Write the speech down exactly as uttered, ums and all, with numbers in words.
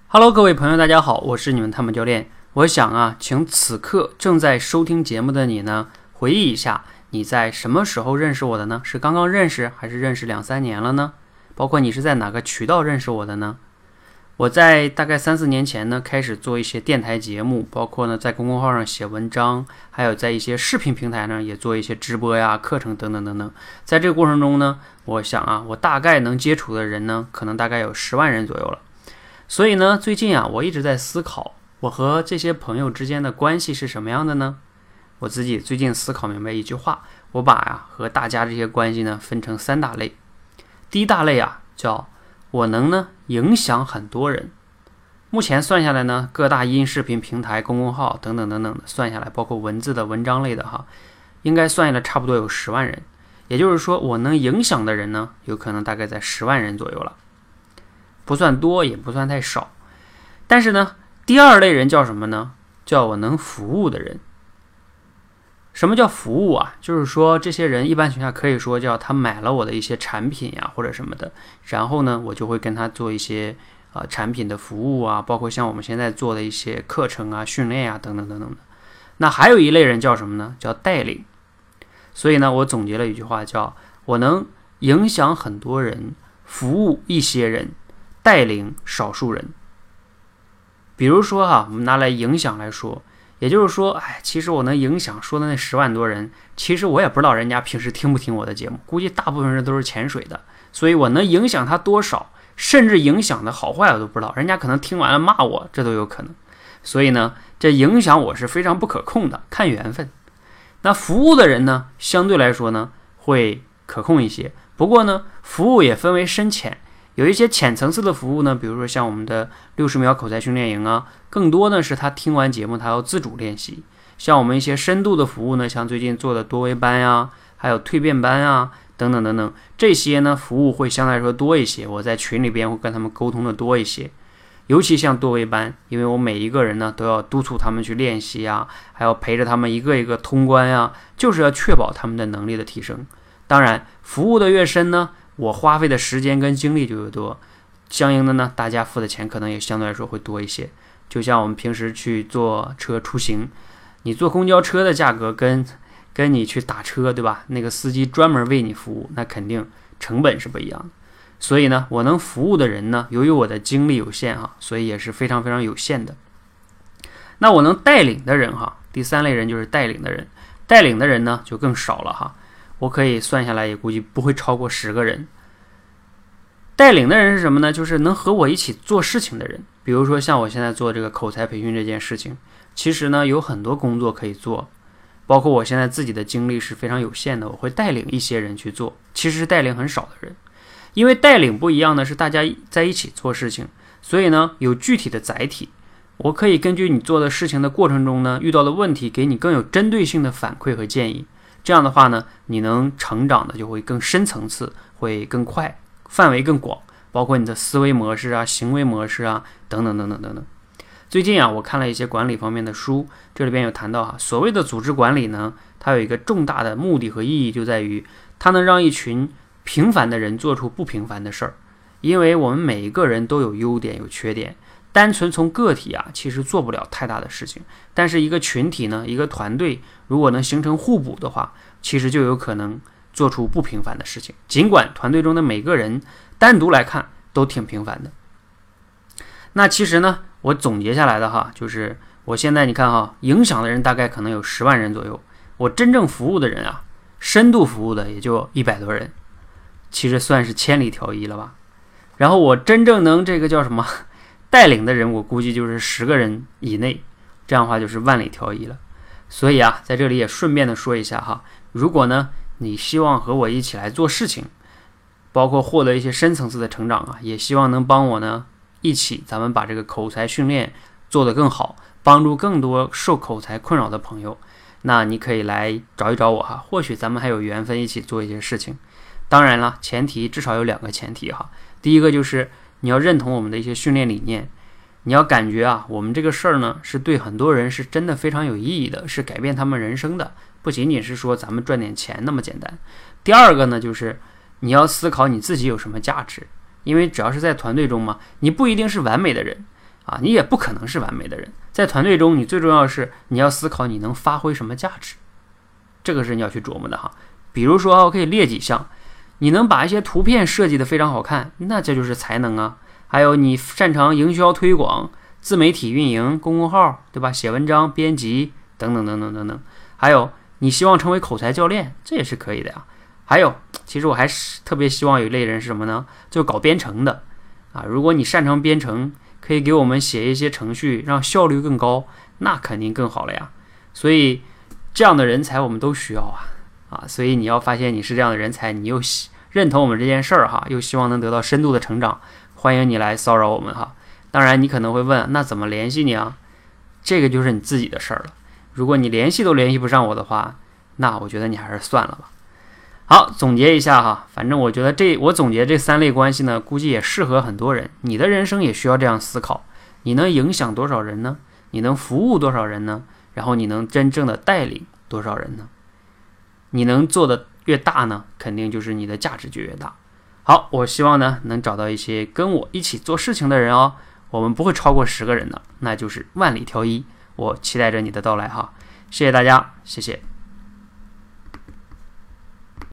Hello， 各位朋友，大家好，我是你们探宝教练。我想啊，请此刻正在收听节目的你呢，回忆一下，你在什么时候认识我的呢？是刚刚认识，还是认识两三年了呢？包括你是在哪个渠道认识我的呢？我在大概三四年前呢，开始做一些电台节目，包括呢在公众号上写文章，还有在一些视频平台呢也做一些直播呀、课程等等等等。在这个过程中呢，我想啊，我大概能接触的人呢，可能大概有十万人左右了。所以呢，最近啊，我一直在思考，我和这些朋友之间的关系是什么样的呢？我自己最近思考明白一句话，我把啊和大家这些关系呢分成三大类。第一大类啊，叫我能呢影响很多人。目前算下来呢，各大音视频平台、公众号等等等等的算下来，包括文字的文章类的哈，应该算下来差不多有十万人。也就是说，我能影响的人呢，有可能大概在十万人左右了。不算多，也不算太少。但是呢，第二类人叫什么呢？叫我能服务的人。什么叫服务啊？就是说这些人一般情况下可以说叫他买了我的一些产品呀或者什么的，然后呢我就会跟他做一些呃产品的服务啊，包括像我们现在做的一些课程啊、训练啊等等等等的。那还有一类人叫什么呢？叫带领。所以呢，我总结了一句话，叫我能影响很多人，服务一些人，带领少数人。比如说哈、啊，我们拿来影响来说，也就是说，哎，其实我能影响说的那十万多人，其实我也不知道人家平时听不听我的节目，估计大部分人都是潜水的，所以我能影响他多少，甚至影响的好坏我都不知道，人家可能听完了骂我，这都有可能。所以呢，这影响我是非常不可控的，看缘分。那服务的人呢，相对来说呢，会可控一些。不过呢，服务也分为深浅。有一些浅层次的服务呢，比如说像我们的六十秒口才训练营啊，更多呢是他听完节目他要自主练习。像我们一些深度的服务呢，像最近做的多维班呀，还有蜕变班啊，等等等等，这些呢服务会相对来说多一些，我在群里边会跟他们沟通的多一些。尤其像多维班，因为我每一个人呢都要督促他们去练习啊，还要陪着他们一个一个通关呀，就是要确保他们的能力的提升。当然，服务的越深呢，我花费的时间跟精力就越多，相应的呢，大家付的钱可能也相对来说会多一些。就像我们平时去坐车出行，你坐公交车的价格跟跟你去打车，对吧？那个司机专门为你服务，那肯定成本是不一样的。所以呢，我能服务的人呢，由于我的精力有限哈，所以也是非常非常有限的。那我能带领的人哈，第三类人就是带领的人，带领的人呢就更少了哈。我可以算下来也估计不会超过十个人。带领的人是什么呢？就是能和我一起做事情的人。比如说像我现在做这个口才培训这件事情，其实呢有很多工作可以做，包括我现在自己的精力是非常有限的，我会带领一些人去做，其实是带领很少的人。因为带领不一样的是大家在一起做事情，所以呢有具体的载体，我可以根据你做的事情的过程中呢遇到的问题，给你更有针对性的反馈和建议。这样的话呢，你能成长的就会更深层次，会更快，范围更广，包括你的思维模式啊、行为模式啊等等等等等等。最近啊，我看了一些管理方面的书，这里边有谈到哈，所谓的组织管理呢，它有一个重大的目的和意义，就在于它能让一群平凡的人做出不平凡的事儿。因为我们每一个人都有优点有缺点，单纯从个体啊，其实做不了太大的事情。但是一个群体呢，一个团队如果能形成互补的话，其实就有可能做出不平凡的事情。尽管团队中的每个人单独来看都挺平凡的。那其实呢，我总结下来的哈，就是我现在你看哈，影响的人大概可能有十万人左右，我真正服务的人啊，深度服务的也就一百多人，其实算是千里挑一了吧。然后我真正能这个叫什么带领的人，我估计就是十个人以内，这样的话就是万里挑一了。所以啊，在这里也顺便的说一下哈，如果呢你希望和我一起来做事情，包括获得一些深层次的成长啊，也希望能帮我呢一起咱们把这个口才训练做得更好，帮助更多受口才困扰的朋友，那你可以来找一找我哈，或许咱们还有缘分一起做一些事情。当然了，前提至少有两个前提哈，第一个就是你要认同我们的一些训练理念，你要感觉啊，我们这个事儿呢是对很多人是真的非常有意义的，是改变他们人生的，不仅仅是说咱们赚点钱那么简单。第二个呢，就是你要思考你自己有什么价值，因为只要是在团队中嘛，你不一定是完美的人啊，你也不可能是完美的人。在团队中，你最重要的是你要思考你能发挥什么价值，这个是你要去琢磨的哈。比如说，我可以列几项，你能把一些图片设计得非常好看，那这就是才能啊。还有你擅长营销推广、自媒体运营、公众号，对吧？写文章、编辑等等等等等等。还有你希望成为口才教练，这也是可以的呀。还有，其实我还是特别希望有一类人是什么呢？就搞编程的啊。如果你擅长编程，可以给我们写一些程序，让效率更高，那肯定更好了呀。所以这样的人才我们都需要啊啊！所以你要发现你是这样的人才，你又认同我们这件事儿哈，又希望能得到深度的成长，欢迎你来骚扰我们哈。当然，你可能会问，那怎么联系你啊？这个就是你自己的事儿了。如果你联系都联系不上我的话，那我觉得你还是算了吧。好，总结一下哈，反正我觉得这我总结这三类关系呢，估计也适合很多人。你的人生也需要这样思考：你能影响多少人呢？你能服务多少人呢？然后你能真正的带领多少人呢？你能做的越大呢，肯定就是你的价值就越大。好，我希望呢能找到一些跟我一起做事情的人哦。我们不会超过十个人的，那就是万里挑一。我期待着你的到来哈，谢谢大家，谢谢。